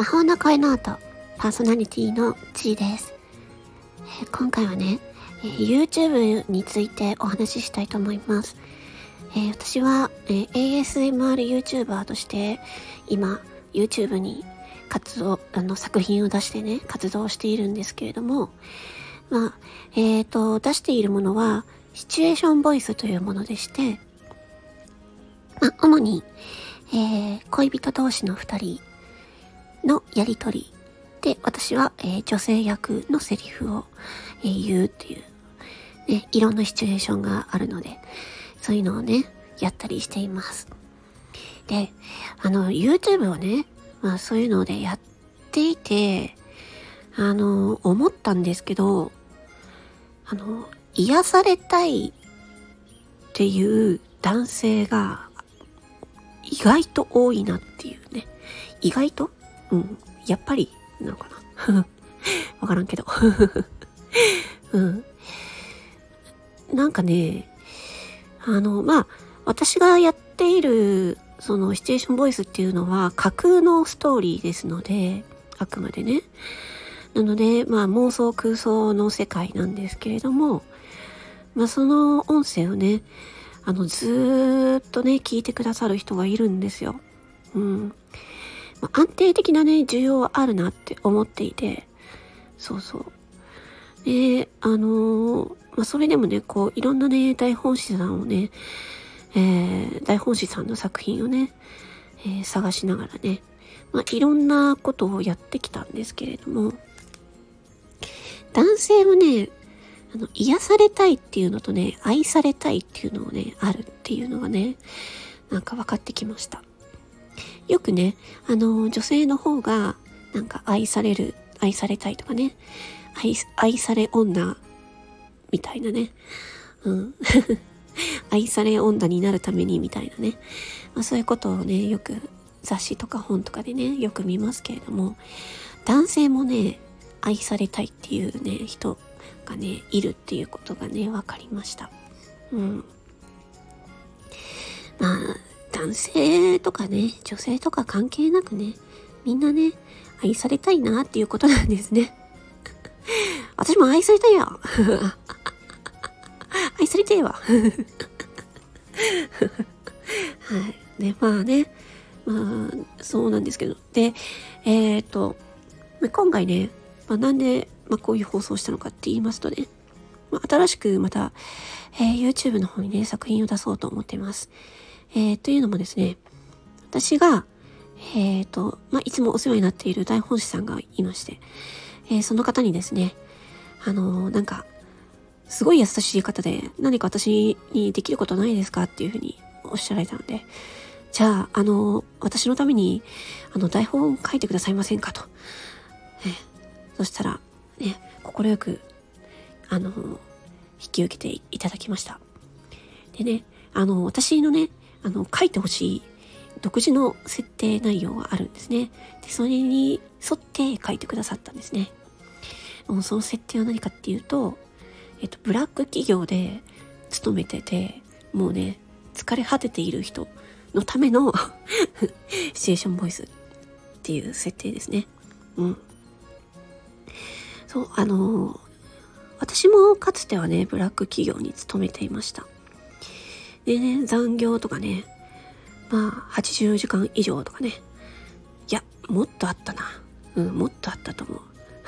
魔法の声ノートパーソナリティの G です。今回はね、YouTube についてお話ししたいと思います。私は、ASMR YouTuber として今 YouTube に作品を出してね、活動しているんですけれども、出しているものはシチュエーションボイスというものでして、主に、恋人同士の2人のやりとりで、私は、女性役のセリフを、言うっていう、ね、いろんなシチュエーションがあるので、そういうのをね、やったりしています。で、YouTube をね、そういうのでやっていて、思ったんですけど、癒されたいっていう男性が意外と多いなっていうね。意外と？やっぱりなのかなわからんけどなんかね、私がやっているそのシチュエーションボイスっていうのは架空のストーリーですので、あくまでね。なので、妄想空想の世界なんですけれども、その音声をね、ずーっとね、聞いてくださる人がいるんですよ。安定的なね、需要はあるなって思っていて、そうそう。で、それでもね、いろんなね、大本師さんをね、大本師さんの作品をね、探しながらね、いろんなことをやってきたんですけれども、男性はね、癒されたいっていうのとね、愛されたいっていうのをね、あるっていうのがね、なんか分かってきました。よくね、女性の方が、なんか愛されたいとかね、愛され女みたいなね、愛され女になるためにみたいなね、そういうことをね、よく雑誌とか本とかでね、よく見ますけれども、男性もね、愛されたいっていうね、人がね、いるっていうことがね、わかりました。男性とかね、女性とか関係なくね、みんなね、愛されたいなっていうことなんですね。私も愛されたいよ。愛されたいわ。はい。で、そうなんですけど。で、今回ね、なんで、こういう放送をしたのかって言いますとね、新しくまた、YouTube の方にね、作品を出そうと思っています。というのもですね、私が、いつもお世話になっている大本師さんがいまして、その方にですね、すごい優しい方で、何か私にできることないですかっていうふうにおっしゃられたので、じゃあ、私のために、台本を書いてくださいませんかと。そしたら、ね、快く、引き受けていただきました。でね、私のね、書いてほしい独自の設定内容があるんですね。で、それに沿って書いてくださったんですね。その設定は何かっていうと、ブラック企業で勤めてて、もうね、疲れ果てている人のためのシチュエーションボイスっていう設定ですね。そう、私もかつてはね、ブラック企業に勤めていました。でね、残業とかね、80時間以上とかね。いや、もっとあったな。もっとあったと思う。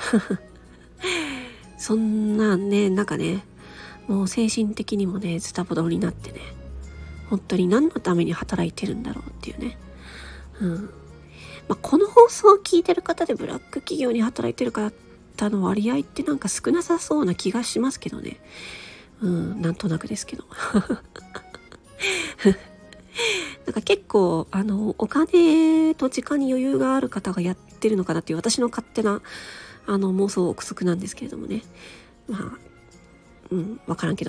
そんなんね、もう精神的にもね、ズタボロになってね、本当に何のために働いてるんだろうっていうね。この放送を聞いてる方でブラック企業に働いてる方の割合ってなんか少なさそうな気がしますけどね。なんとなくですけど。結構、お金と時間に余裕がある方がやってるのかなっていう私の勝手な、妄想憶測なんですけれどもね。わからんけど。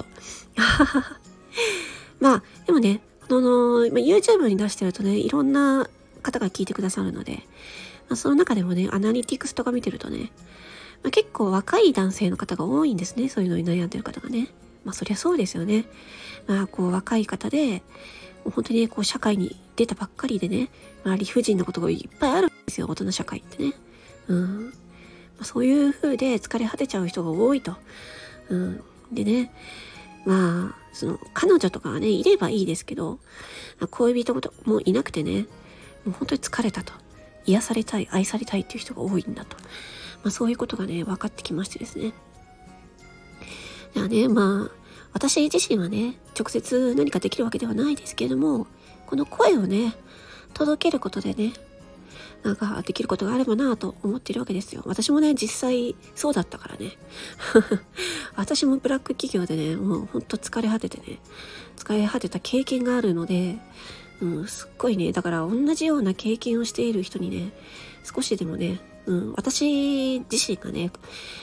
でもね、YouTube に出してるとね、いろんな方が聞いてくださるので、その中でもね、アナリティクスとか見てるとね、結構若い男性の方が多いんですね。そういうのに悩んでる方がね。そりゃそうですよね。若い方で、もう本当にね、社会に出たばっかりでね、理不尽なことがいっぱいあるですよ、大人社会ってね。そういう風で疲れ果てちゃう人が多いと。でね、その彼女とかはね、いればいいですけど、恋人もいなくてね、もう本当に疲れたと。癒されたい、愛されたいっていう人が多いんだと。そういうことがね、分かってきましてですね。だからね、私自身はね、直接何かできるわけではないですけれども、この声をね、届けることでね、できることがあればなぁと思っているわけですよ。私もね、実際そうだったからね。私もブラック企業でね、もうほんと疲れ果ててね、疲れ果てた経験があるので、すっごいね、だから同じような経験をしている人にね、少しでもね、私自身がね、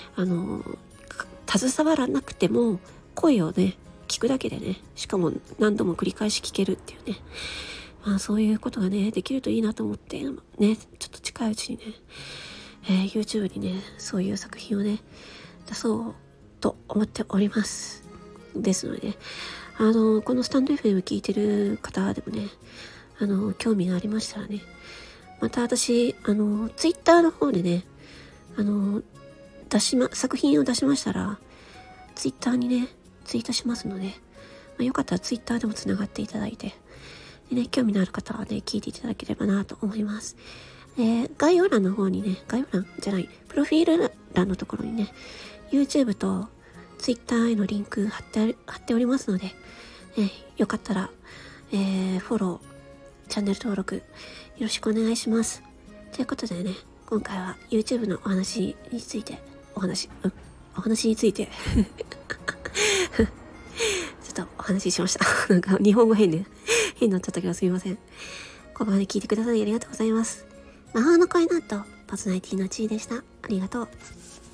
携わらなくても声をね、聞くだけでね、しかも何度も繰り返し聞けるっていうね、そういうことがね、できるといいなと思って、ね、ちょっと近いうちにね、YouTube にね、そういう作品をね、出そうと思っております。ですので、ね、このスタンド FM 聞いてる方でもね、興味がありましたらね、また私、Twitter の方でね、作品を出しましたら、Twitter にね、ツイートしますので、よかったら Twitter でもつながっていただいて、でね、興味のある方はね、聞いていただければなと思います。概要欄の方にね、プロフィール欄のところにね、YouTube と Twitter へのリンク貼っておりますので、よかったら、フォロー、チャンネル登録、よろしくお願いします。ということでね、今回は YouTube のお話について、ちょっとお話ししました。日本語変になっちゃったけどすみません。ここまで聞いてくださりありがとうございます。魔法の声の後、パーソナリティのちーでした。ありがとう。